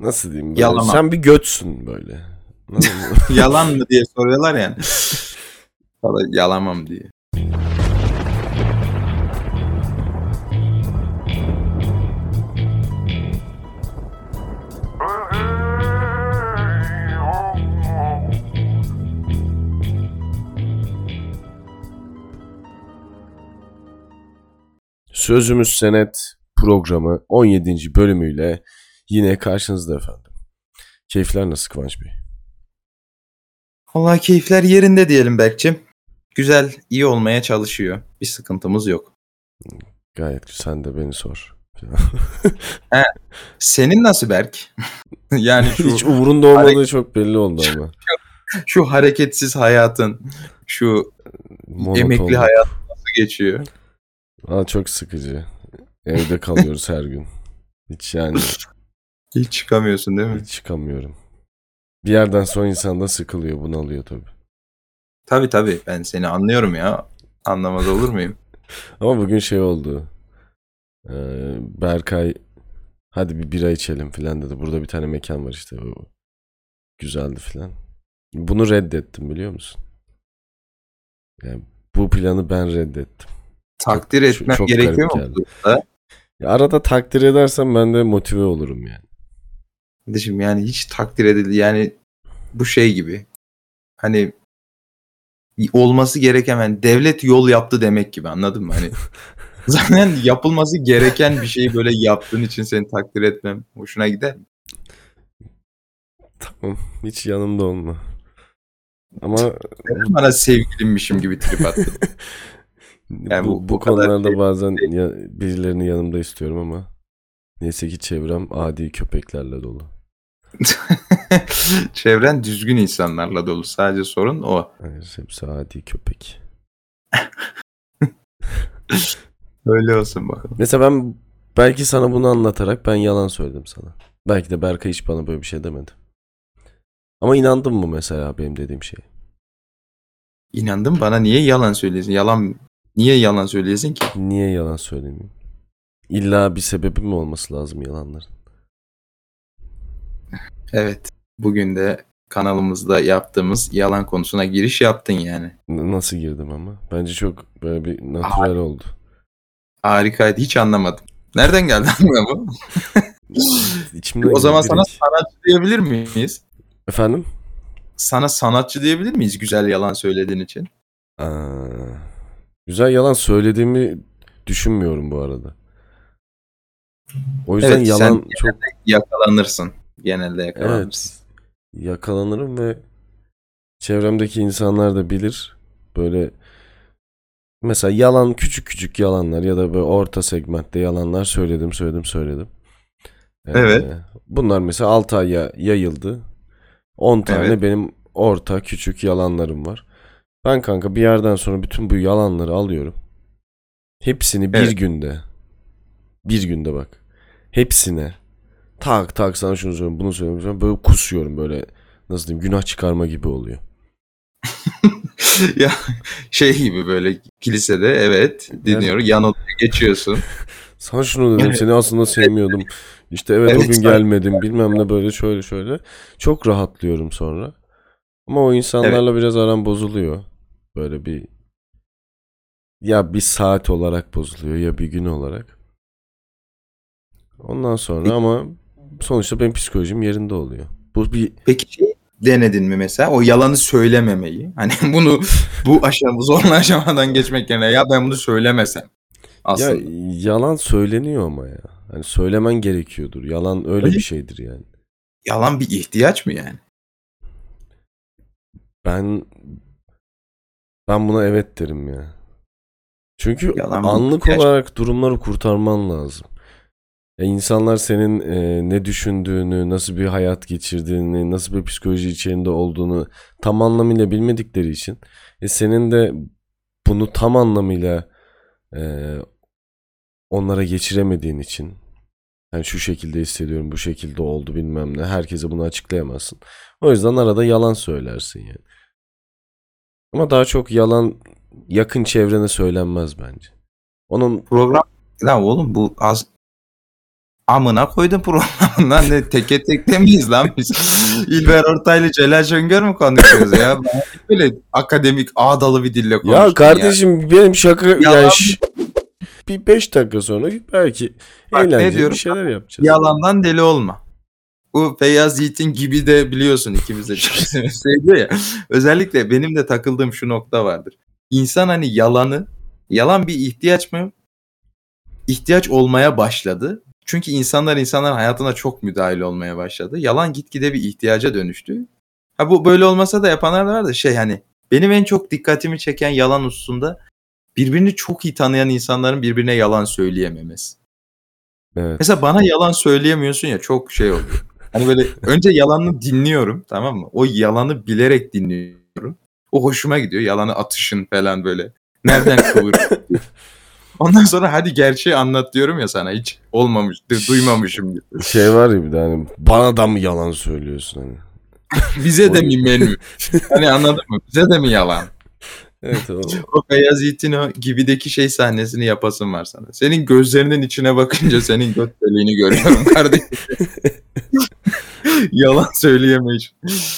nasıl diyeyim böyle? Yalamam. Sen bir götsün böyle. Yalan mı diye soruyorlar yani. Valla yalamam diye. Sözümüz Senet programı 17. bölümüyle yine karşınızda efendim. Keyifler nasıl Kıvanç Bey? Vallahi keyifler yerinde diyelim Berk'cim. Güzel, iyi olmaya çalışıyor. Bir sıkıntımız yok. Gayet güzel. Sen de beni sor. Senin nasıl Berk? Yani Hiç umurunda olmadığı çok belli oldu ama. şu hareketsiz hayatın, şu emekli hayat nasıl geçiyor? Çok sıkıcı. Evde kalıyoruz her gün. Hiç yani. Hiç çıkamıyorsun değil mi? Hiç çıkamıyorum. Bir yerden sonra insan da sıkılıyor, bunalıyor tabii. Tabii ben seni anlıyorum ya. Anlamaz olur muyum? Ama bugün şey oldu. Berkay hadi bir bira içelim filan dedi. Burada bir tane mekan var işte. O güzeldi filan. Bunu reddettim biliyor musun? Yani bu planı ben reddettim. Takdir etmem çok gerekiyor garip mu geldi. burada? Ya arada takdir edersem ben de motive olurum yani. Kardeşim yani hiç takdir edildi. Yani bu şey gibi. Hani olması gereken yani devlet yol yaptı demek gibi, anladın mı? Hani zaten yapılması gereken bir şeyi böyle yaptığın için seni takdir etmem hoşuna gider mi? Tamam, hiç yanımda olma. Ama Bana sevgilimmişim gibi trip attın. Yani bu konularda bazen birilerini yanımda istiyorum ama neyse ki çevrem adi köpeklerle dolu. Çevren düzgün insanlarla dolu. Sadece sorun o. Hayır, hepsi adi köpek. Öyle olsun bakalım. Mesela ben belki sana bunu anlatarak ben yalan söyledim sana. Belki de Berkay hiç bana böyle bir şey demedi. Ama inandın mı mesela benim dediğim şeye? İnandım, bana niye yalan söylüyorsun? Niye yalan söylüyorsun ki? Niye yalan söylemeyeyim? İlla bir sebebi mi olması lazım yalanların? Evet. Bugün de kanalımızda yaptığımız yalan konusuna giriş yaptın yani. Nasıl girdim ama? Bence çok böyle bir natürel oldu. Harikaydı. Hiç anlamadım. Nereden geldi bu? İçimden O zaman sana direkt. sanatçı diyebilir miyiz? Efendim? Sana sanatçı diyebilir miyiz güzel yalan söylediğin için? Güzel yalan söylediğimi düşünmüyorum bu arada. O yüzden Evet, yalan sen çok yakalanırsın. Genelde yakalanırsın. evet, yakalanırım ve çevremdeki insanlar da bilir. Böyle mesela yalan, küçük küçük yalanlar ya da böyle orta segmentte yalanlar söyledim. Evet. Bunlar mesela 6 ay yayıldı. 10 tane Evet. benim orta küçük yalanlarım var. Ben kanka bir yerden sonra bütün bu yalanları alıyorum. Hepsini Evet. bir günde bak. Hepsine tak tak sana şunu söylüyorum, bunu söylüyorum. Böyle kusuyorum, böyle nasıl diyeyim, günah çıkarma gibi oluyor. Ya şey gibi böyle kilisede evet dinliyorum. Yan odaya geçiyorsun. Sana şunu dedim, seni aslında sevmiyordum. İşte evet, o gün gelmedim bilmem ne, böyle şöyle. Çok rahatlıyorum sonra. Ama o insanlarla biraz aram bozuluyor. Böyle ya bir saat olarak bozuluyor ya bir gün olarak. Ondan sonra ama sonuçta benim psikolojim yerinde oluyor. Peki denedin mi mesela o yalanı söylememeyi? Hani bu zorlu aşamadan geçmek yerine ya ben bunu söylemesem aslında. Ya yalan söyleniyor ama ya. Hani söylemen gerekiyordur. Yalan öyle bir şeydir yani. Yalan bir ihtiyaç mı yani? Ben buna evet derim ya. Çünkü Yalan bir anlık ihtiyaç. olarak durumları kurtarman lazım. İnsanlar senin ne düşündüğünü, nasıl bir hayat geçirdiğini, nasıl bir psikoloji içerisinde olduğunu tam anlamıyla bilmedikleri için senin de bunu tam anlamıyla onlara geçiremediğin için, yani şu şekilde hissediyorum, bu şekilde oldu bilmem ne, herkese bunu açıklayamazsın. O yüzden arada yalan söylersin yani. Ama daha çok yalan yakın çevrene söylenmez bence. Onun Program ya oğlum bu az Amına koydum programından, ne teke tekte miyiz lan biz? İlber Ortaylı, Celal Şengör mü konuşuyoruz ya? Ben böyle akademik ağdalı bir dille konuştum Ya kardeşim benim şaka Yalan. bir 5 dakika sonra belki Bak, ne eğlenceli diyorum? bir şeyler yapacağız. Yalandan deli olma. Bu Feyyaz Yiğit'in gibi de biliyorsun, ikimiz de çok söylüyor ya. Özellikle benim de takıldığım şu nokta vardır. İnsan hani yalan bir ihtiyaç mı? İhtiyaç olmaya başladı. Çünkü insanlar hayatına çok müdahil olmaya başladı. Yalan gitgide bir ihtiyaca dönüştü. Ha, bu böyle olmasa da yapanlar da var da hani benim en çok dikkatimi çeken yalan hususunda birbirini çok iyi tanıyan insanların birbirine yalan söyleyememesi. Evet. Mesela bana yalan söyleyemiyorsun ya, çok şey oluyor. Hani böyle önce yalanını dinliyorum, tamam mı? O yalanı bilerek dinliyorum. O hoşuma gidiyor. Yalanı atışın falan böyle. Nereden kıvır? Ondan sonra hadi gerçeği anlat diyorum ya sana. Hiç olmamıştır, duymamışım gibi. Şey var ya bir de hani bana da mı yalan söylüyorsun hani? Bize de mi menü? Hani anladın mı? Bize de mi yalan? Evet O Feyyaz Yiğit'in o gibideki sahnesini yapasın var sana. Senin gözlerinin içine bakınca senin göt deliğini görüyorum kardeşim. Yalan söyleyemeyeceğim.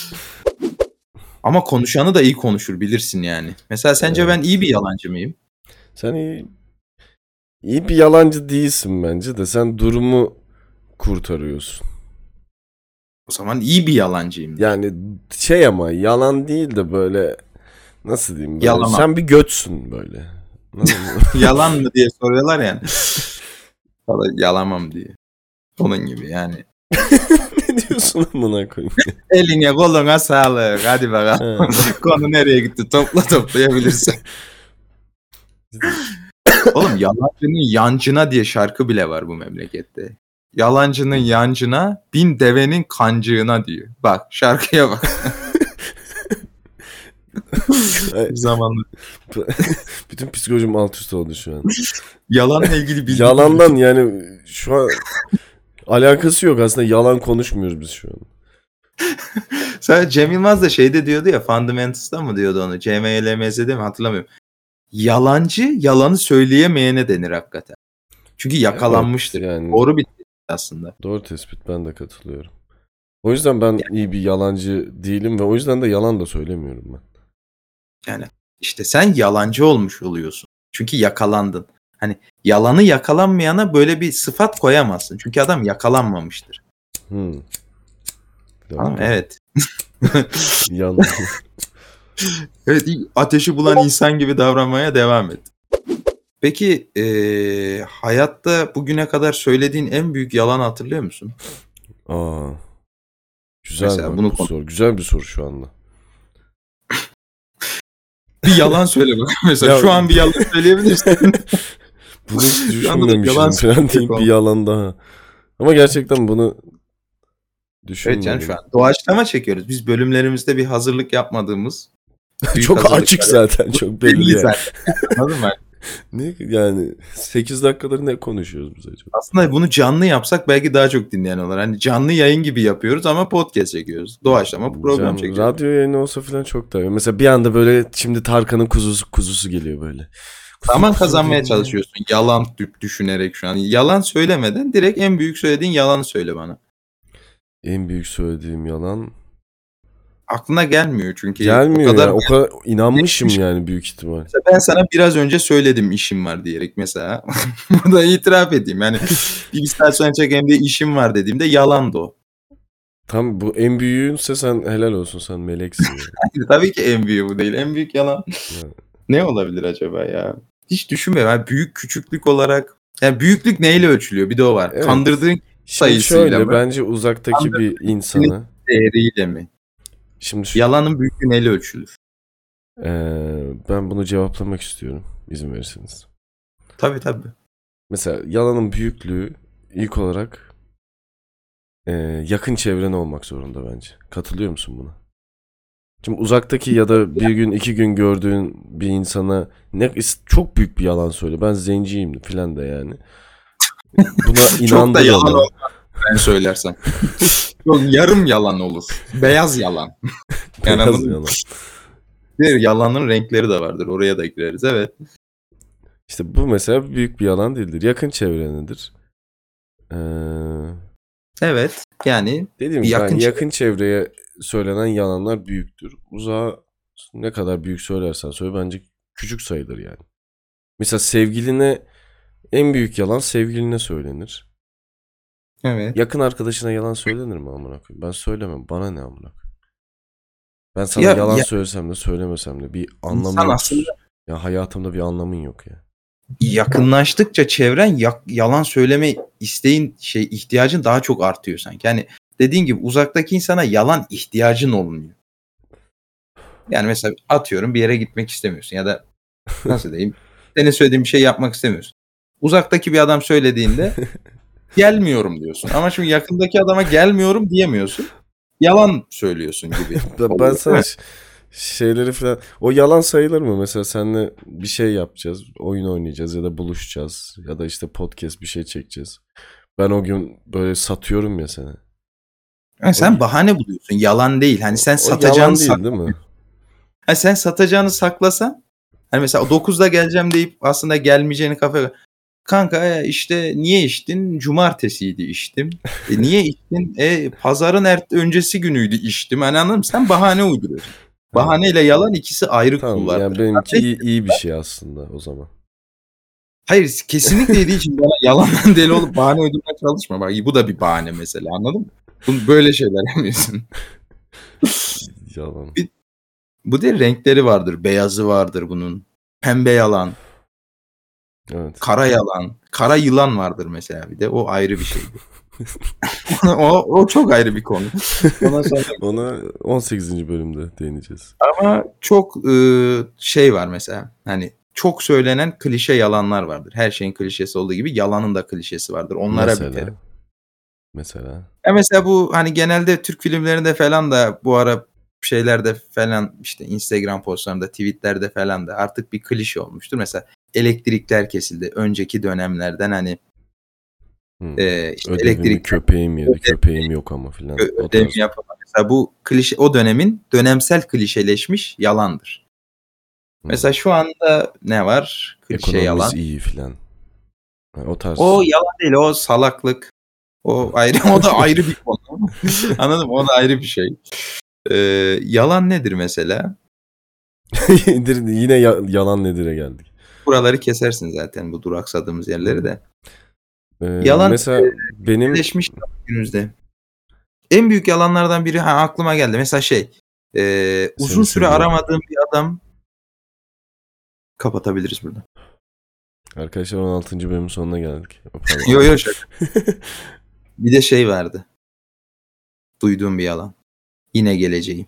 Ama konuşanı da iyi konuşur, bilirsin yani. Mesela sence ben iyi bir yalancı mıyım? Sen iyi bir yalancı değilsin bence de sen durumu kurtarıyorsun. O zaman iyi bir yalancıyım. Yani ama yalan değil de böyle nasıl diyeyim böyle Yalamam. sen bir götsün böyle. Yalan mı diye soruyorlar yani. Yalamam diye. Onun gibi yani. Ne diyorsun amına koyayım? Eline koluna sağlık. Hadi bakalım. Konu nereye gitti? Toplayabilirsin. Oğlum, yalancının yancına diye şarkı bile var bu memlekette. Yalancının yancına, bin devenin kancığına diyor. Bak şarkıya bak. Zamanlı. Bütün psikolojim alt üst oldu şu an. Yalanla ilgili bildiğim Yalandan yani şu an alakası yok aslında, yalan konuşmuyoruz biz şu an. Sen Cem Yılmaz da şeyde diyordu ya, Fundamentals'ta mı diyordu onu? CMLMZ'de mi hatırlamıyorum. Yalancı yalanı söyleyemeyene denir hakikaten. Çünkü yakalanmıştır. Evet, yani Doğru bir tespit aslında. doğru tespit, ben de katılıyorum. O yüzden ben iyi bir yalancı değilim ve o yüzden de yalan da söylemiyorum ben. Yani işte sen yalancı olmuş oluyorsun. Çünkü yakalandın. Hani yalanı yakalanmayana böyle bir sıfat koyamazsın. Çünkü adam yakalanmamıştır. Tamam, evet. Yalan. Evet, ateşi bulan insan gibi davranmaya devam et. Peki hayatta bugüne kadar söylediğin en büyük yalan hatırlıyor musun? Güzel Mesela bu soru. Güzel bir soru şu anda. Bir yalan söyle bak. Mesela Ya, şu an bir yalan söyleyebilirsin. Bunu hiç düşünmemiştim falan deyip bir yalan daha. Ama gerçekten bunu düşünmedim. Evet, yani şu an doğaçlama çekiyoruz. Biz bölümlerimizde bir hazırlık yapmadığımız. Çok açık zaten, çok belli yani. Anladın mı? Ne yani 8 dakikadır ne konuşuyoruz biz acaba? Aslında bunu canlı yapsak belki daha çok dinleyen olur. Hani canlı yayın gibi yapıyoruz ama podcast çekiyoruz. Doğaçlama program çekiyoruz. Radyo yayını olsa falan çok da. Mesela bir anda böyle şimdi Tarkan'ın kuzusu geliyor böyle. Zaman kazanmaya çalışıyorsun. Yalan düşünerek şu an. Yalan söylemeden direkt en büyük söylediğin yalanı söyle bana. En büyük söylediğim yalan aklına gelmiyor çünkü. Gelmiyor o kadar inanmışım yani büyük ihtimal. Mesela ben sana biraz önce söyledim işim var diyerek mesela. Burada itiraf edeyim. Yani bilgisayar sonra çekeyim diye işim var dediğimde yalandı o. Tam bu en büyüğünse sen helal olsun, sen meleksin. Yani. Tabii ki en büyüğü bu değil. En büyük yalan. Ne olabilir acaba ya? Hiç düşünmüyorum. Yani büyük küçüklük olarak. Yani büyüklük neyle ölçülüyor? Bir de o var. Evet. Kandırdığın sayısıyla şöyle, mı? Bence uzaktaki bir insanı. Değeriyle mi? Şimdi yalanın büyüklüğü neyle ölçülür? Ben bunu cevaplamak istiyorum, izin verirseniz. Tabii. Mesela yalanın büyüklüğü ilk olarak yakın çevren olmak zorunda bence. Katılıyor musun buna? Şimdi uzaktaki ya da bir gün 2 gün gördüğün bir insana çok büyük bir yalan söyle. Ben zenciyim falan da yani. Buna inandır. Çok da yalan olmaz ben söylersem. Yok, yarım yalan olur. Beyaz yalan. Yani Beyaz yalan. Yalanın renkleri de vardır. Oraya da gireriz. Evet. İşte bu mesela büyük bir yalan değildir. Yakın çevrenedir. Ee, Evet. Yani dediğim bir gibi yakın yakın çevreye söylenen yalanlar büyüktür. Uzağa ne kadar büyük söylersen söyle bence küçük sayılır yani. Mesela sevgiline en büyük yalan sevgiline söylenir. Evet. Yakın arkadaşına yalan söylenir mi amına koyayım? Ben söylemem. Bana ne amına koyayım? Ben sana Ya, yalan ya söylesem de söylemesem de bir anlamı insan yok. aslında Ya hayatımda bir anlamın yok ya. yakınlaştıkça çevren yalan söyleme isteğin ihtiyacın daha çok artıyor sanki. Yani dediğin gibi uzaktaki insana yalan ihtiyacın olmuyor. Yani mesela atıyorum bir yere gitmek istemiyorsun ya da nasıl diyeyim senin söylediğin bir şey yapmak istemiyorsun. Uzaktaki bir adam söylediğinde gelmiyorum diyorsun. Ama şimdi yakındaki adama gelmiyorum diyemiyorsun. Yalan söylüyorsun gibi Ben oluyor, değil sana mi? şeyleri falan o yalan sayılır mı? Mesela seninle bir şey yapacağız, oyun oynayacağız ya da buluşacağız ya da işte podcast bir şey çekeceğiz. Ben o gün böyle satıyorum ya seni. Yani O, sen bahane buluyorsun. Yalan değil. Hani sen o satacağını yalan değil değil mi? hani sen satacağını saklasan hani mesela 9'da geleceğim deyip aslında gelmeyeceğini kafaya kanka işte niye içtin? Cumartesiydi içtim. Niye içtin? Pazarın öncesi günüydü içtim. Hani anladın mı? Sen bahane uyduruyorsun. Ha, Bahaneyle yalan ikisi ayrı tamam yani kulvardır. benimki iyi bir şey aslında o zaman. Hayır kesinlikle dediği için bana yalandan deli olup bahane uydurmaya çalışma. Bak bu da bir bahane mesela anladın mı? Böyle şeyler yapıyorsun. Yalan. Bu da renkleri vardır. Beyazı vardır bunun. Pembe yalan, Evet. kara yalan, kara yılan vardır mesela bir de. O ayrı bir şeydi. o çok ayrı bir konu. Ondan sonra Ona 18. bölümde değineceğiz. ama çok şey var mesela. Hani çok söylenen klişe yalanlar vardır. Her şeyin klişesi olduğu gibi yalanın da klişesi vardır. Onlara biterim. Mesela. Ya mesela bu hani genelde Türk filmlerinde falan da bu ara şeylerde falan işte Instagram postlarında, tweetlerde falan da artık bir klişe olmuştur. Mesela elektrikler kesildi. Önceki dönemlerden hani işte Ödevimi elektrikler köpeğim yedi. Köpeğim yok ama filan. O ödevini tarz. yapamam. Mesela bu klişe o dönemin dönemsel klişeleşmiş yalandır. Hmm. Mesela şu anda ne var? Klişe Ekonomimiz yalan. iyi filan. Yani o O tarz. yalan değil, o salaklık. O ayrı, o da ayrı bir konu. Anladın mı? O da ayrı bir şey. Yalan nedir mesela? Yine yalan nedir'e geldik. Buraları kesersin zaten bu duraksadığımız yerleri de. Ee, Yalan mesela benim birleşmiş günümüzde. En büyük yalanlardan biri aklıma geldi. Mesela uzun seni süre seviyorum. aramadığım bir adam kapatabiliriz burada. Arkadaşlar 16. bölümün sonuna geldik. Yo yo şaka. Bir de şey vardı. Duyduğum bir yalan. Yine geleceğim.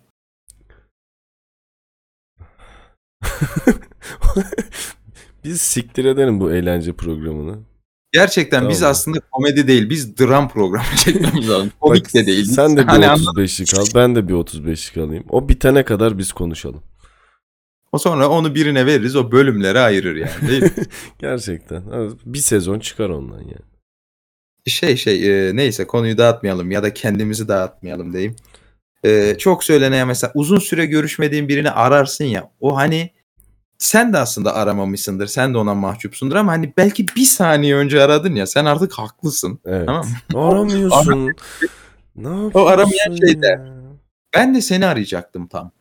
Biz siktir edelim bu eğlence programını. Gerçekten Tamam biz mı? aslında komedi değil. Biz dram programı çekmemiz lazım. Bak Komik de değil. sen de bir Hani anladın. 35'lik al, ben de bir 35'lik alayım. O bitene kadar biz konuşalım. O sonra onu birine veririz. O bölümlere ayırır yani değil mi? Gerçekten. Bir sezon çıkar ondan yani. Neyse konuyu dağıtmayalım ya da kendimizi dağıtmayalım diyeyim. Çok söylenen mesela uzun süre görüşmediğin birini ararsın ya. O hani sen de aslında aramamışsındır. Sen de ona mahcupsundur ama hani belki bir saniye önce aradın ya. Sen artık haklısın. Tamam mı? Evet. O, ara- Aramıyorsun. Ne o aramayan yapıyorsun şey der. ya? Ben de seni arayacaktım tam.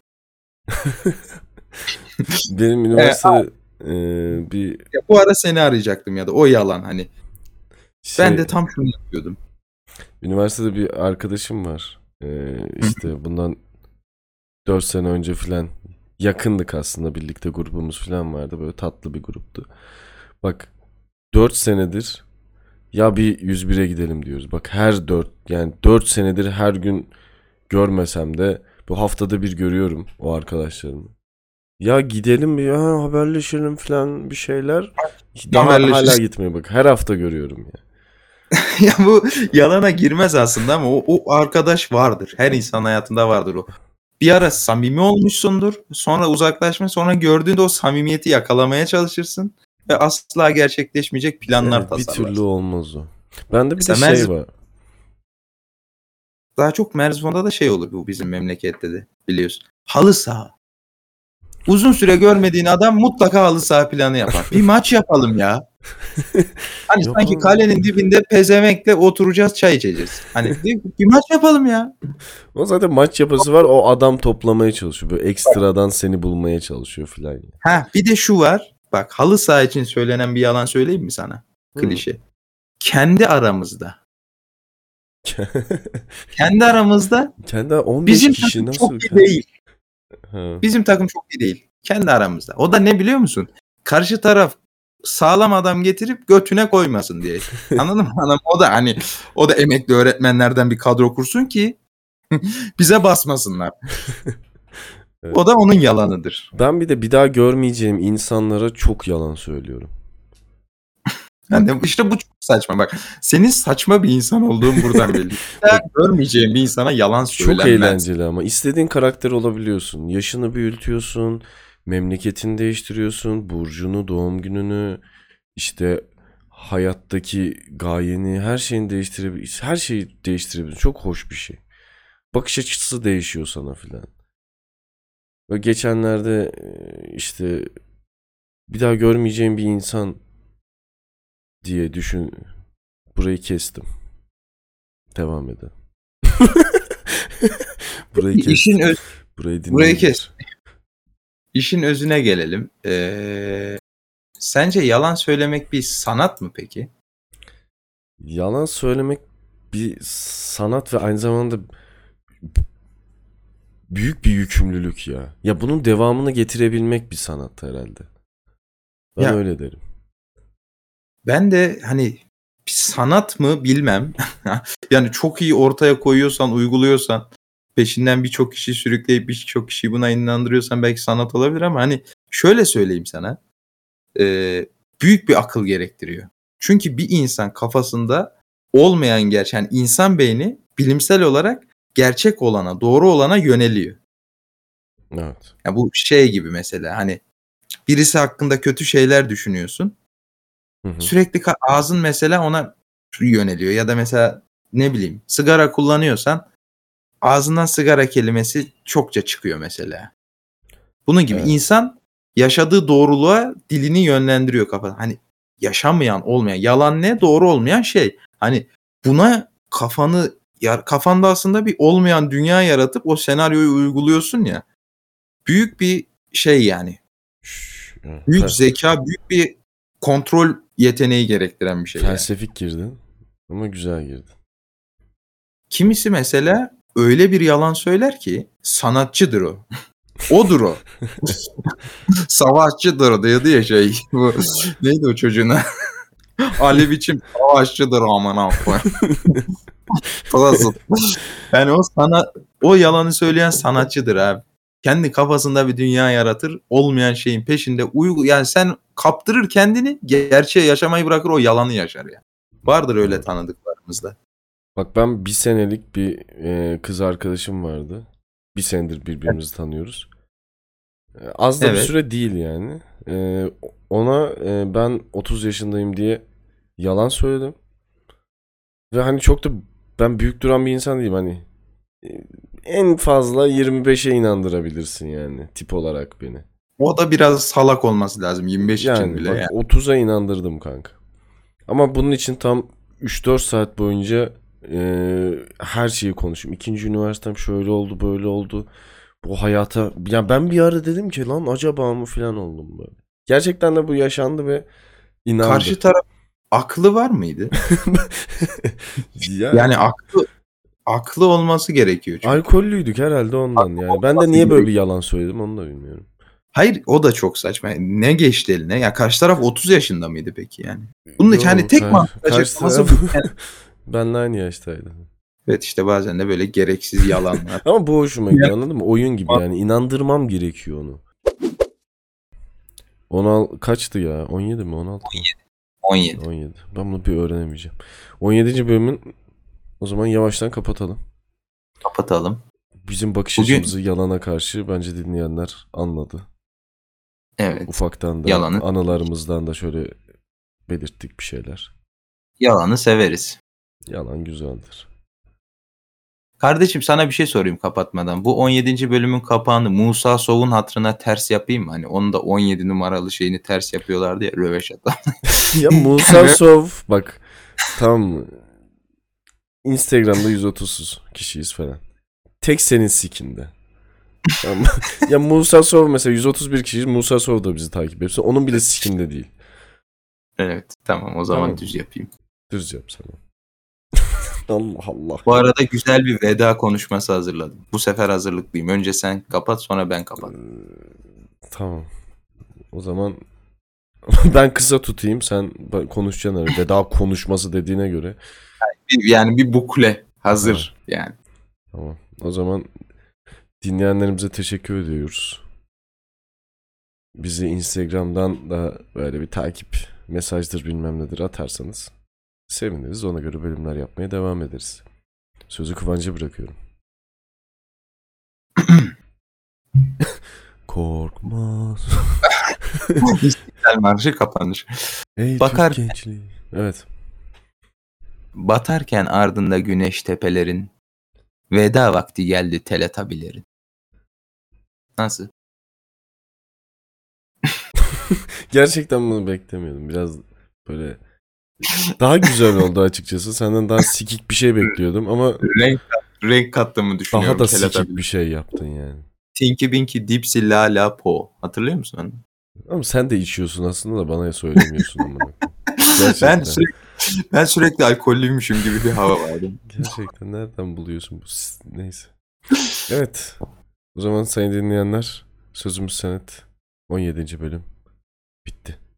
Benim Ee, üniversitede bir Bu ara seni arayacaktım ya da o yalan hani. Ben şey de tam şunu yapıyordum. üniversitede bir arkadaşım var. İşte bundan 4 sene önce filan yakındık aslında, birlikte grubumuz filan vardı. Böyle tatlı bir gruptu. Bak 4 senedir ya bir 101'e gidelim diyoruz. Bak yani 4 senedir her gün görmesem de bu haftada bir görüyorum o arkadaşlarımı. Ya gidelim bir ya haberleşelim falan bir şeyler. Hala Haberleşiriz. gitmiyor bak. Her hafta görüyorum ya. Ya bu yalana girmez aslında ama o arkadaş vardır. Her insan hayatında vardır o. Bir ara samimi olmuşsundur. Sonra uzaklaşma. Sonra gördüğünde o samimiyeti yakalamaya çalışırsın. Ve asla gerçekleşmeyecek planlar Evet, bir türlü tasarlarsın. olmaz o. Bende bir de Mesela şey var. daha çok Merzifon'da da şey olur bu bizim memlekette de biliyorsun. Halı saha. Uzun süre görmediğin adam mutlaka halı saha planı yapar. Bir maç yapalım ya. Hani Yok sanki abi. kalenin dibinde pezevenkle oturacağız, çay içeceğiz. Hani bir maç yapalım ya. O zaten maç yapası var. O adam toplamaya çalışıyor. Böyle ekstradan seni bulmaya çalışıyor filan. Ha, bir de şu var. Bak, halı saha için söylenen bir yalan söyleyeyim mi sana? Hı. Klişe. Kendi aramızda. Kendi aramızda Kendi 15 bizim kişi takım nasıl çok iyi kendi? değil. Ha. Bizim takım çok iyi değil. Kendi aramızda. O da ne biliyor musun? Karşı taraf sağlam adam getirip götüne koymasın diye. Anladın mı? O da hani o da emekli öğretmenlerden bir kadro kursun ki bize basmasınlar. Evet. O da onun yalanıdır. Ben bir daha görmeyeceğim insanlara çok yalan söylüyorum. Yani işte bu çok saçma bak. Senin saçma bir insan olduğun buradan belli. Görmeyeceğim bir insana yalan Çok söylenmez. eğlenceli ama istediğin karakter olabiliyorsun. Yaşını büyütüyorsun, memleketini değiştiriyorsun, burcunu, doğum gününü, işte hayattaki gayeni, her şeyini değiştirebiliyorsun. Her şeyi değiştirebiliyorsun. Çok hoş bir şey. Bakış açısı değişiyor sana filan. Ve geçenlerde işte bir daha görmeyeceğim bir insan diye düşün. Burayı kestim. Devam edelim. Burayı İşin kestim. öz, Burayı burayı kes. dinleyebilir. İşin özüne gelelim. Sence yalan söylemek bir sanat mı peki? Yalan söylemek bir sanat ve aynı zamanda büyük bir yükümlülük ya. Ya bunun devamını getirebilmek bir sanat herhalde. Ben Ya öyle derim. ben de hani bir sanat mı bilmem. Yani çok iyi ortaya koyuyorsan, uyguluyorsan, peşinden birçok kişi sürükleyip birçok kişiyi buna inandırıyorsan belki sanat olabilir ama hani şöyle söyleyeyim sana. Büyük bir akıl gerektiriyor. Çünkü bir insan kafasında olmayan yani insan beyni bilimsel olarak gerçek olana, doğru olana yöneliyor. Evet. Ya bu şey gibi mesela hani birisi hakkında kötü şeyler düşünüyorsun. Hı hı. Sürekli ağzın mesela ona yöneliyor ya da mesela ne bileyim sigara kullanıyorsan ağzından sigara kelimesi çokça çıkıyor mesela. Bunun gibi Evet. insan yaşadığı doğruluğa dilini yönlendiriyor kafada. Hani yaşamayan, olmayan, yalan ne? Doğru olmayan şey. Hani buna kafanda aslında bir olmayan dünya yaratıp o senaryoyu uyguluyorsun ya. Büyük bir şey yani. Evet. Büyük zeka, büyük bir kontrol yeteneği gerektiren bir şey yani. Felsefik girdin ama güzel girdin. Kimisi mesela öyle bir yalan söyler ki sanatçıdır o. Odur o. Savaşçıdır diyordu ya şey. Bu, neydi o çocuğun? Ali biçim savaşçıdır amına koyayım. Nasıl? Yani o yalanı söyleyen sanatçıdır abi. Kendi kafasında bir dünya yaratır. Olmayan şeyin peşinde yani sen kaptırır kendini, gerçeği yaşamayı bırakır, o yalanı yaşar yani. Vardır öyle tanıdıklarımızda. Bak ben bir senelik bir kız arkadaşım vardı. Bir senedir birbirimizi tanıyoruz. Az da bir Evet. süre değil yani. Ona ben 30 yaşındayım diye yalan söyledim. Ve hani çok da ben büyük duran bir insan değilim hani. En fazla 25'e inandırabilirsin yani tip olarak beni. O da biraz salak olması lazım 25 için Yani bile bak yani. 30'a inandırdım kanka. Ama bunun için tam 3-4 saat boyunca her şeyi konuştum. İkinci üniversitem şöyle oldu böyle oldu. Bu hayata ya ben bir ara dedim ki lan acaba mı falan oldum böyle. Gerçekten de bu yaşandı ve inandı. Karşı taraf aklı var mıydı? Yani Yani aklı olması gerekiyor çünkü. alkollüydük herhalde ondan yani. Ben de niye böyle bir yalan söyledim onu da bilmiyorum. Hayır, o da çok saçma. Ne geçti eline? Ya karşı taraf 30 yaşında mıydı peki yani? Bunun için hani Yok tek mantıklı karşı açıklaması taraf bu. Yani, benle aynı yaştaydı. evet işte bazen de böyle gereksiz yalanlar. Ama bu hoşuma Ya, gidiyor anladın mı? Oyun gibi yani inandırmam gerekiyor onu. 16 kaçtı ya? 17 mi 16 mı? 17. 17. Ben bunu bir öğrenemeyeceğim. 17. bölümün o zaman yavaştan kapatalım. Kapatalım. Bizim bakış Bugün açımızı yalana karşı bence dinleyenler anladı. evet, Ufaktan da yalanı anılarımızdan da şöyle belirttik bir şeyler. yalanı severiz. Yalan güzeldir. Kardeşim sana bir şey sorayım kapatmadan. Bu 17. bölümün kapağını Musa Sov'un hatırına ters yapayım mı? Hani onun da 17 numaralı şeyini ters yapıyorlardı ya, röveşata. Ya Musa Sov bak, tamam mı? Instagram'da 130 kişiyiz falan. Tek senin sikinde. Tamam mı? Ya Musa Sov mesela 131 kişiyiz. Musa Sov da bizi takip ediyor. Onun bile sikinde değil. Evet, tamam o zaman Tamam. düz yapayım. Düz yap sana. Allah Allah. Bu arada güzel bir veda konuşması hazırladım. Bu sefer hazırlıklıyım. Önce sen kapat, sonra ben kapat. Tamam. O zaman ben kısa tutayım. Sen konuşacaksın herhalde. Veda konuşması dediğine göre. Yani bir bukle hazır yani. Tamam. O zaman dinleyenlerimize teşekkür ediyoruz. Bizi Instagram'dan da böyle bir takip mesajdır bilmem nedir atarsanız seviniriz. Ona göre bölümler yapmaya devam ederiz. Sözü Kıvanç'a bırakıyorum. Korkmaz. İstiklal Marşı kapanır. Ey Bakar- Türk gençliği. Evet. Batarken ardında güneş tepelerin, veda vakti geldi teletabilerin. Nasıl? Gerçekten bunu beklemiyordum. Biraz böyle daha güzel oldu açıkçası. Senden daha sikik bir şey bekliyordum ama Renk kattığımı düşünüyorum. daha da sikik Teletabi. bir şey yaptın yani. Tinky Winky Dipsy La La Po. Hatırlıyor musun onu? Ama sen de içiyorsun aslında da bana söylemiyorsun ama. Ben Gerçekten. ben sürekli alkollüymüşüm gibi bir hava vardı. Gerçekten nereden buluyorsun bu neyse. Evet. O zaman sayın dinleyenler, sözümüz senet 17. bölüm bitti.